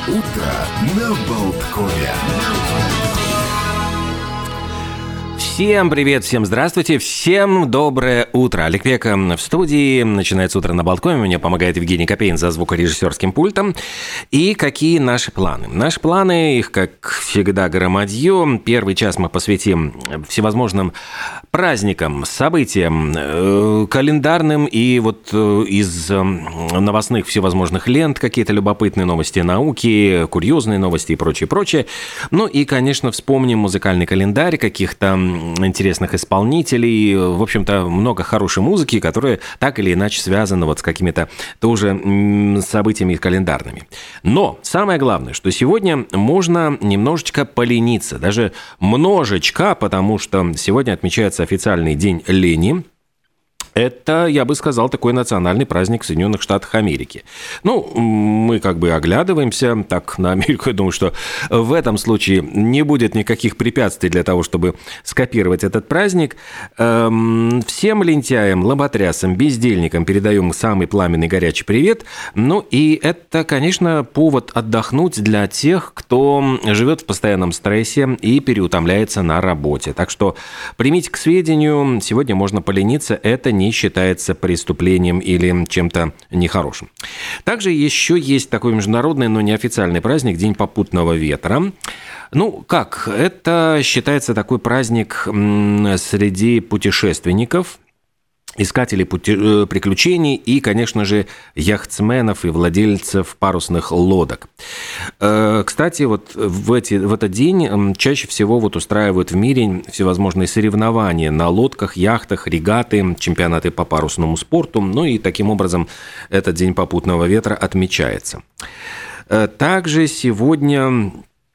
Утро на Болткове. Всем привет, всем здравствуйте, всем доброе утро. Олег Пека в студии. Начинается утро на Болткове. Мне помогает Евгений Копейн за звукорежиссерским пультом. И какие наши планы? Наши планы, их, как всегда, громадье. Первый час мы посвятим всевозможным праздникам, событиям, календарным и вот из новостных всевозможных лент какие-то любопытные новости науки, курьезные новости и прочее. Ну и, конечно, вспомним музыкальный календарь каких-то интересных исполнителей, в общем-то, много хорошей музыки, которая так или иначе связана вот с какими-то тоже событиями календарными. Но самое главное, что сегодня можно немножечко полениться, даже множечко, потому что сегодня отмечается официальный день лени. Это, я бы сказал, такой национальный праздник в Соединенных Штатах Америки. Ну, мы как бы оглядываемся так на Америку. Я думаю, что в этом случае не будет никаких препятствий для того, чтобы скопировать этот праздник. Всем лентяям, лоботрясам, бездельникам передаем самый пламенный горячий привет. Ну, и это, конечно, повод отдохнуть для тех, кто живет в постоянном стрессе и переутомляется на работе. Так что примите к сведению, сегодня можно полениться, это не считается преступлением или чем-то нехорошим. Также еще есть такой международный, но неофициальный праздник – День попутного ветра. Ну, как? Это считается такой праздник среди путешественников, искателей приключений и, конечно же, яхтсменов и владельцев парусных лодок. Кстати, вот в этот день чаще всего вот устраивают в мире всевозможные соревнования на лодках, яхтах, регаты, чемпионаты по парусному спорту. Ну и таким образом этот День попутного ветра отмечается. Также сегодня...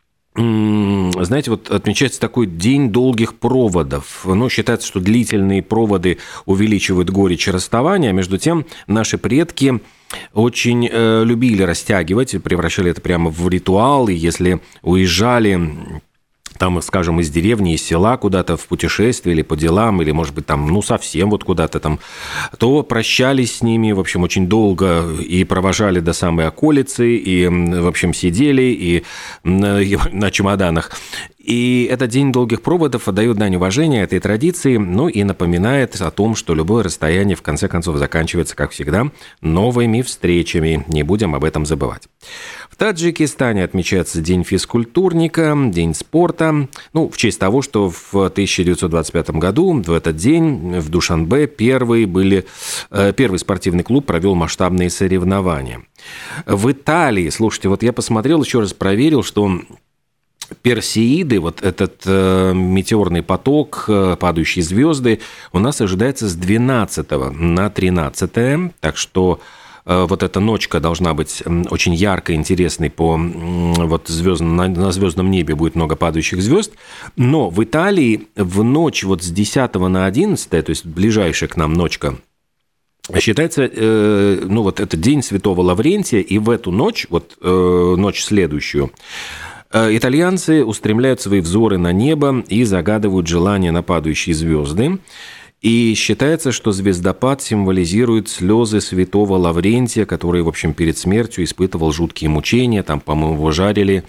Знаете, вот отмечается такой день долгих проводов. Ну, считается, что длительные проводы увеличивают горечь расставания. Между тем, наши предки очень любили растягивать, превращали это прямо в ритуал. И если уезжали... там, скажем, из деревни, из села куда-то в путешествие или по делам, или, может быть, там, ну, совсем вот куда-то там, то прощались с ними, в общем, очень долго и провожали до самой околицы, и, в общем, сидели и на чемоданах. И этот День долгих проводов отдает дань уважения этой традиции, ну и напоминает о том, что любое расстояние в конце концов заканчивается, как всегда, новыми встречами. Не будем об этом забывать. В Таджикистане отмечается День физкультурника, День спорта. Ну, в честь того, что в 1925 году, в этот день, в Душанбе первый спортивный клуб провел масштабные соревнования. В Италии, слушайте, вот я посмотрел, еще раз проверил, что... Персеиды, вот этот метеорный поток, падающие звезды, у нас ожидается с 12 на 13, так что вот эта ночка должна быть очень яркой, интересной на звездном небе будет много падающих звезд, но в Италии в ночь вот с 10 на 11, то есть ближайшая к нам ночка, считается, вот этот день Святого Лаврентия, и в эту ночь, ночь следующую, итальянцы устремляют свои взоры на небо и загадывают желания на падающие звезды. И считается, что звездопад символизирует слезы святого Лаврентия, который, в общем, перед смертью испытывал жуткие мучения. Там, по-моему, его жарили,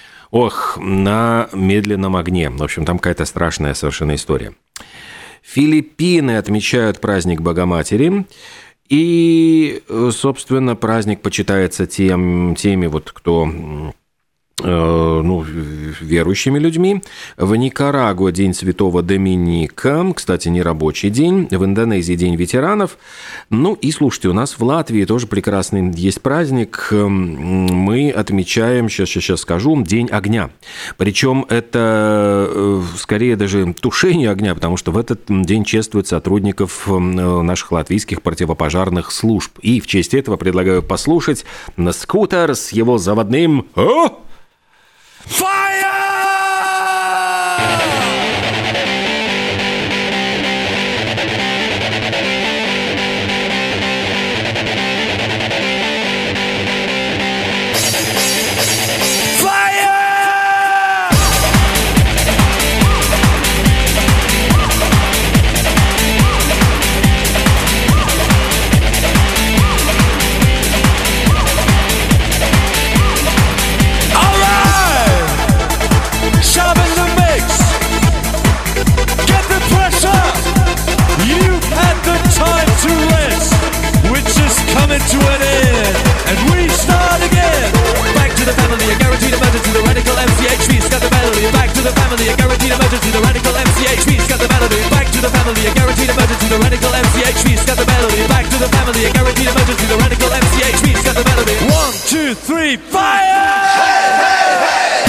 на медленном огне. В общем, там какая-то страшная совершенно история. Филиппины отмечают праздник Богоматери. И, собственно, праздник почитается теми, кто... верующими людьми. В Никарагуа День Святого Доминика, кстати, не рабочий день. В Индонезии День ветеранов. Ну и, слушайте, у нас в Латвии тоже прекрасный есть праздник. Мы отмечаем, сейчас скажу, День огня. Причем это скорее даже тушение огня, потому что в этот день чествуют сотрудников наших латвийских противопожарных служб. И в честь этого предлагаю послушать на скутер с его заводным... Fire! 2, 3, fire! Hey, hey, hey!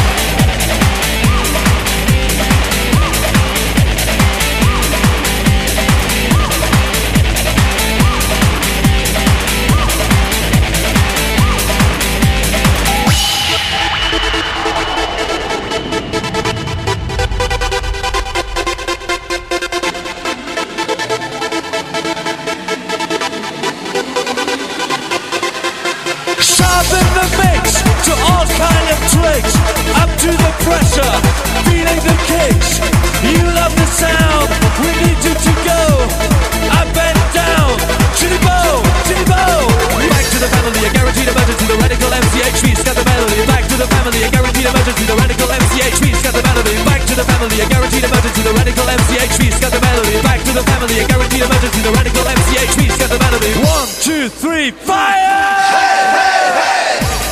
To all kind of tricks, up to the pressure, feeling the kicks. You love the sound, we need you to go up and down, chitty bow, chitty bow. Back to the family, a guaranteed emergency. The radical MCHV's got the melody. Back to the family, a guaranteed emergency. The radical MCHV's got the melody. Back to the family, a guaranteed emergency. The radical MCHV's got the melody. Back to the family, a guaranteed emergency. The radical MCHV's got the melody. 1, 2, 3, fire! Hey, hey, hey!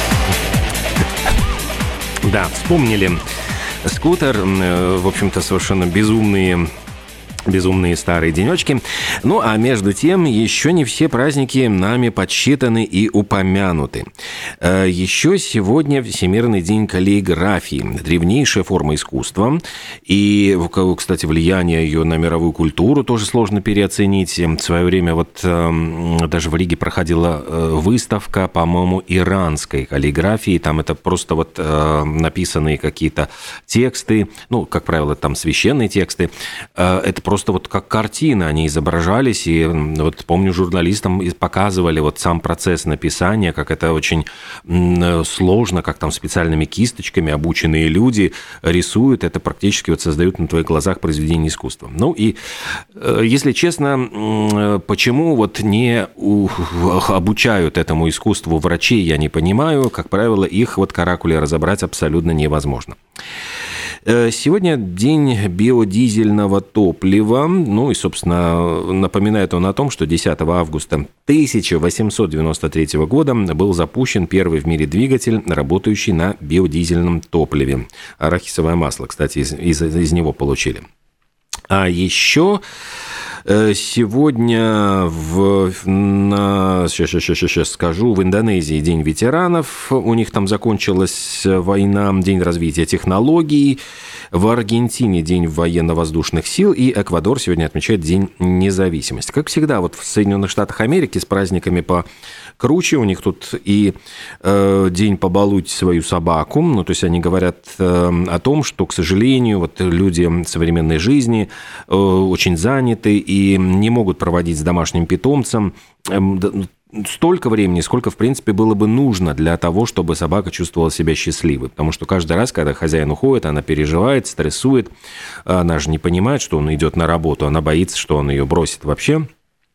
Да, вспомнили скутер, в общем-то, совершенно безумные старые денечки. Ну, а между тем, еще не все праздники нами подсчитаны и упомянуты. Еще сегодня Всемирный день каллиграфии. Древнейшая форма искусства. И, кстати, влияние ее на мировую культуру тоже сложно переоценить. В свое время вот даже в Риге проходила выставка, по-моему, иранской каллиграфии. Там это просто вот написанные какие-то тексты. Ну, как правило, там священные тексты. Это просто вот как картины они изображались, и вот помню, журналистам показывали вот сам процесс написания, как это очень сложно, как там специальными кисточками обученные люди рисуют, это практически вот создают на твоих глазах произведение искусства. Ну и, если честно, почему вот не обучают этому искусству врачей, я не понимаю. Как правило, их вот каракули разобрать абсолютно невозможно. Сегодня день биодизельного топлива. Ну и, собственно, напоминает он о том, что 10 августа 1893 года был запущен первый в мире двигатель, работающий на биодизельном топливе. Арахисовое масло, кстати, из него получили. А еще сегодня сейчас скажу, в Индонезии День ветеранов, у них там закончилась война, День развития технологий, в Аргентине День военно-воздушных сил, и Эквадор сегодня отмечает День независимости. Как всегда, вот в Соединенных Штатах Америки с праздниками покруче, у них тут и День «Побалуйте свою собаку», ну, то есть они говорят о том, что, к сожалению, вот люди современной жизни очень заняты и не могут проводить с домашним питомцем столько времени, сколько, в принципе, было бы нужно для того, чтобы собака чувствовала себя счастливой. Потому что каждый раз, когда хозяин уходит, она переживает, стрессует. Она же не понимает, что он идет на работу, она боится, что он ее бросит вообще.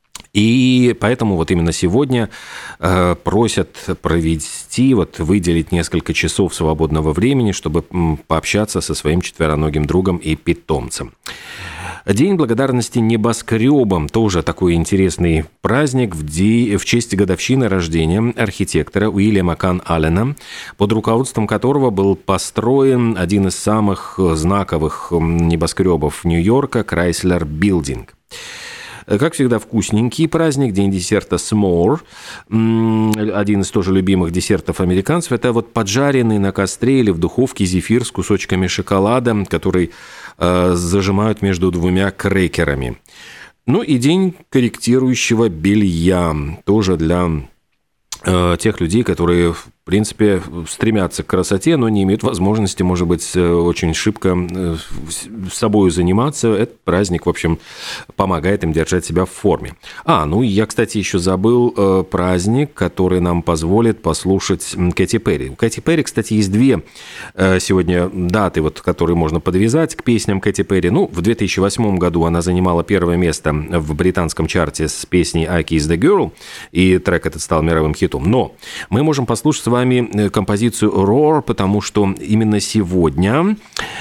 И поэтому вот именно сегодня просят провести, вот выделить несколько часов свободного времени, чтобы пообщаться со своим четвероногим другом и питомцем. День благодарности небоскребам. Тоже такой интересный праздник в честь годовщины рождения архитектора Уильяма Кан Аллена, под руководством которого был построен один из самых знаковых небоскребов Нью-Йорка – Chrysler Building. Как всегда, вкусненький праздник, день десерта s'more. Один из тоже любимых десертов американцев – это вот поджаренный на костре или в духовке зефир с кусочками шоколада, который зажимают между двумя крекерами. Ну и день корректирующего белья, тоже для тех людей, которые, в принципе, стремятся к красоте, но не имеют возможности, может быть, очень шибко собой заниматься. Этот праздник, в общем, помогает им держать себя в форме. Ну и я, кстати, еще забыл праздник, который нам позволит послушать Кэти Перри. У Кэти Перри, кстати, есть две сегодня даты, вот, которые можно подвязать к песням Кэти Перри. Ну, в 2008 году она занимала первое место в британском чарте с песней «I Kiss the Girl», и трек этот стал мировым хитом. Но мы можем послушать с вами композицию «Roar», потому что именно сегодня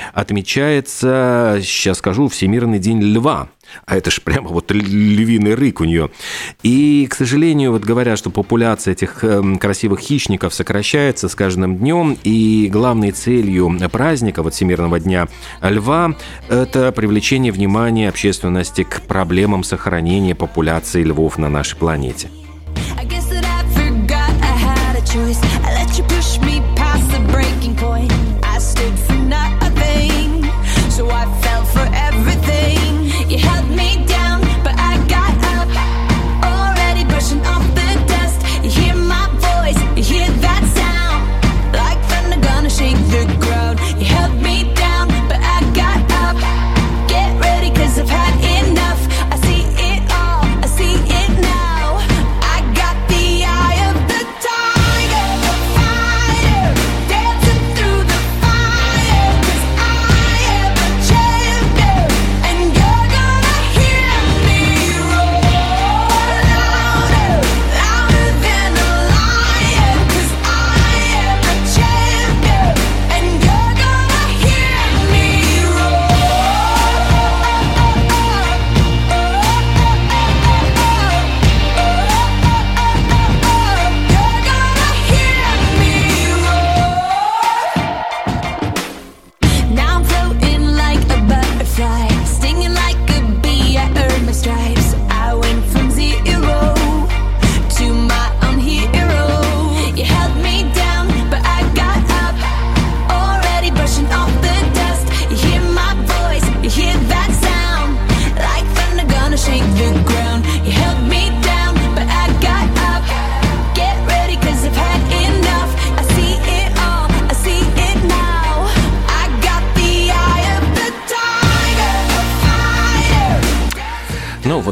отмечается, сейчас скажу, Всемирный день льва. А это ж прямо вот львиный рык у нее. И, к сожалению, вот говорят, что популяция этих красивых хищников сокращается с каждым днем, и главной целью праздника, вот Всемирного дня льва, это привлечение внимания общественности к проблемам сохранения популяции львов на нашей планете. Choice.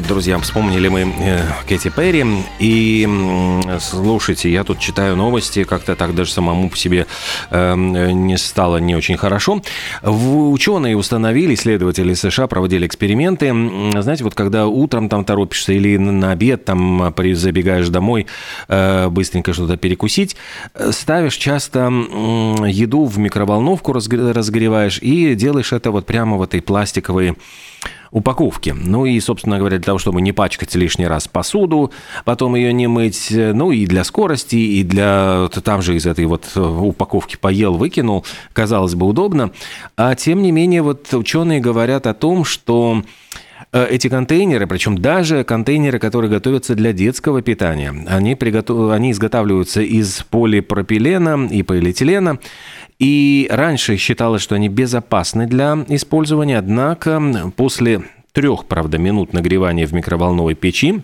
друзья, вспомнили мы Кэти Перри. И слушайте, я тут читаю новости, как-то так даже самому по себе не стало не очень хорошо. Ученые установили, исследователи США проводили эксперименты. Знаете, вот когда утром там торопишься или на обед там забегаешь домой быстренько что-то перекусить, ставишь часто еду в микроволновку, разогреваешь и делаешь это вот прямо в этой пластиковой упаковки. Ну и, собственно говоря, для того, чтобы не пачкать лишний раз посуду, потом ее не мыть, ну и для скорости, и для... Там же из этой вот упаковки поел, выкинул, казалось бы, удобно. А тем не менее, вот ученые говорят о том, что эти контейнеры, причем даже контейнеры, которые готовятся для детского питания, они изготавливаются из полипропилена и полиэтилена. И раньше считалось, что они безопасны для использования, однако после 3, правда, минут нагревания в микроволновой печи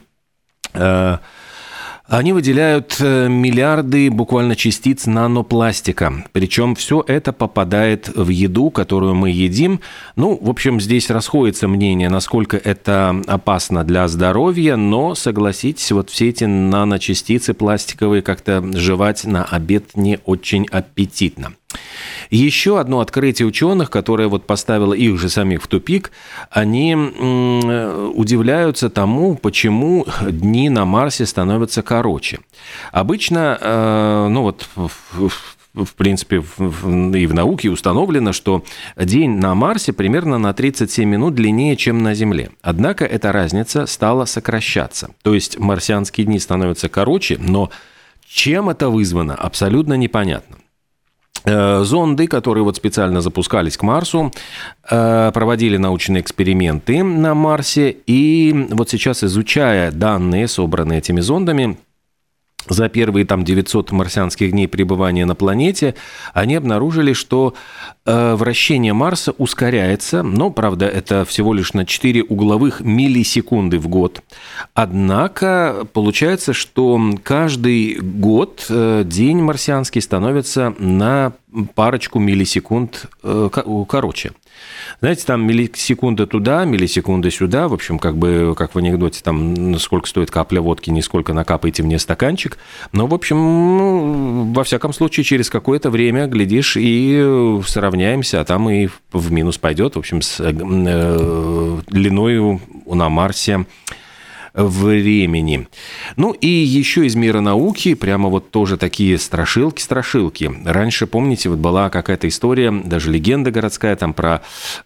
они выделяют миллиарды буквально частиц нанопластика. Причем все это попадает в еду, которую мы едим. Ну, в общем, здесь расходится мнение, насколько это опасно для здоровья, но, согласитесь, вот все эти наночастицы пластиковые как-то жевать на обед не очень аппетитно. Еще одно открытие ученых, которое вот поставило их же самих в тупик, они удивляются тому, почему дни на Марсе становятся короче. Обычно, ну вот, в принципе, и в науке установлено, что день на Марсе примерно на 37 минут длиннее, чем на Земле. Однако эта разница стала сокращаться. То есть марсианские дни становятся короче, но чем это вызвано, абсолютно непонятно. Зонды, которые вот специально запускались к Марсу, проводили научные эксперименты на Марсе, и вот сейчас, изучая данные, собранные этими зондами, за первые там 900 марсианских дней пребывания на планете, они обнаружили, что вращение Марса ускоряется, но, правда, это всего лишь на 4 угловых миллисекунды в год. Однако получается, что каждый год день марсианский становится на парочку миллисекунд короче. Знаете, там миллисекунда туда, миллисекунда сюда. В общем, как бы, как в анекдоте, там, сколько стоит капля водки, не сколько накапайте мне стаканчик. Но, в общем, во всяком случае, через какое-то время, глядишь, и сравняемся, а там и в минус пойдет. В общем, с длиною на Марсе времени. Ну и еще из мира науки, прямо вот тоже такие страшилки. Раньше, помните, вот была какая-то история, даже легенда городская, там про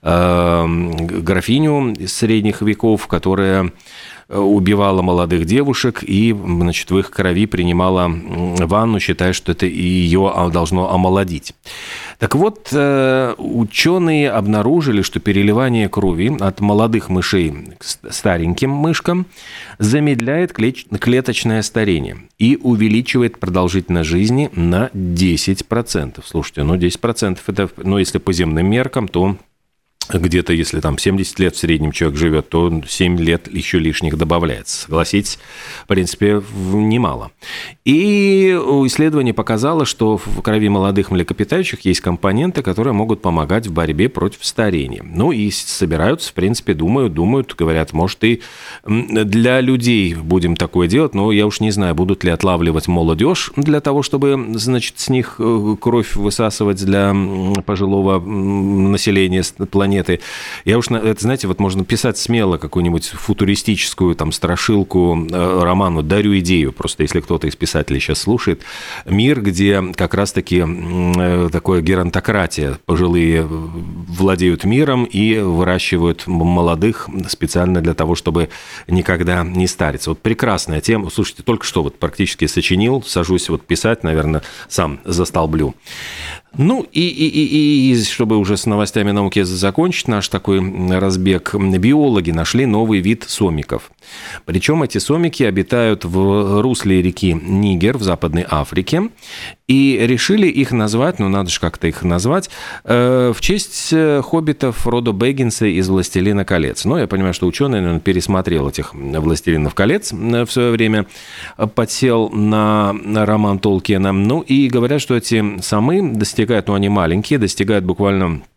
графиню из средних веков, которая убивала молодых девушек и, значит, в их крови принимала ванну, считая, что это ее должно омолодить. Так вот, ученые обнаружили, что переливание крови от молодых мышей к стареньким мышкам замедляет клеточное старение и увеличивает продолжительность жизни на 10%. Слушайте, 10% это, если по земным меркам, то где-то, если там 70 лет в среднем человек живет, то 7 лет еще лишних добавляется. Согласитесь, в принципе, немало. И исследование показало, что в крови молодых млекопитающих есть компоненты, которые могут помогать в борьбе против старения. Ну и собираются, в принципе, думают, говорят, может, и для людей будем такое делать, но я уж не знаю, будут ли отлавливать молодежь для того, чтобы, значит, с них кровь высасывать для пожилого населения планеты. Я уж, это, знаете, вот можно писать смело какую-нибудь футуристическую там страшилку, роман, вот дарю идею, просто если кто-то из писателей сейчас слушает, мир, где как раз-таки такое геронтократия, пожилые владеют миром и выращивают молодых специально для того, чтобы никогда не стариться. Вот прекрасная тема, слушайте, только что вот практически сочинил, сажусь вот писать, наверное, сам застолблю. Ну и чтобы уже с новостями науки закончить наш такой разбег, биологи нашли новый вид сомиков. Причем эти сомики обитают в русле реки Нигер в Западной Африке. И решили их назвать, надо же как-то их назвать, в честь хоббитов Фродо Бэггинса из «Властелина колец». Но я понимаю, что ученый, наверное, пересмотрел этих «Властелинов колец» в свое время, подсел на роман Толкиена. Ну и говорят, что эти самы достигают, они маленькие, достигают буквально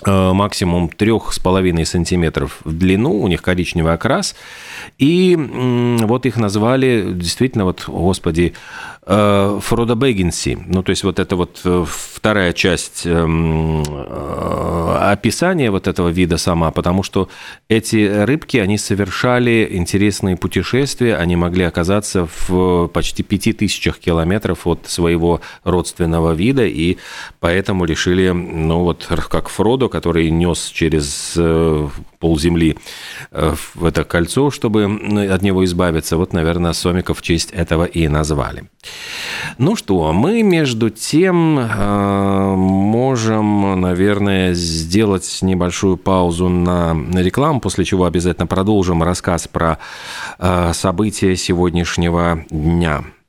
максимум 3,5 сантиметров в длину, у них коричневый окрас, и вот их назвали действительно, вот, господи, Фродобегинси. Ну, то есть вот это вот вторая часть описания вот этого вида сама, потому что эти рыбки, они совершали интересные путешествия, они могли оказаться в почти 5000 километров от своего родственного вида, и поэтому решили, ну вот как Фродо, который нес через полземли в это кольцо, чтобы от него избавиться, вот, наверное, сомиков в честь этого и назвали. Ну что, мы между тем можем, наверное, сделать небольшую паузу на рекламу, после чего обязательно продолжим рассказ про события сегодняшнего дня.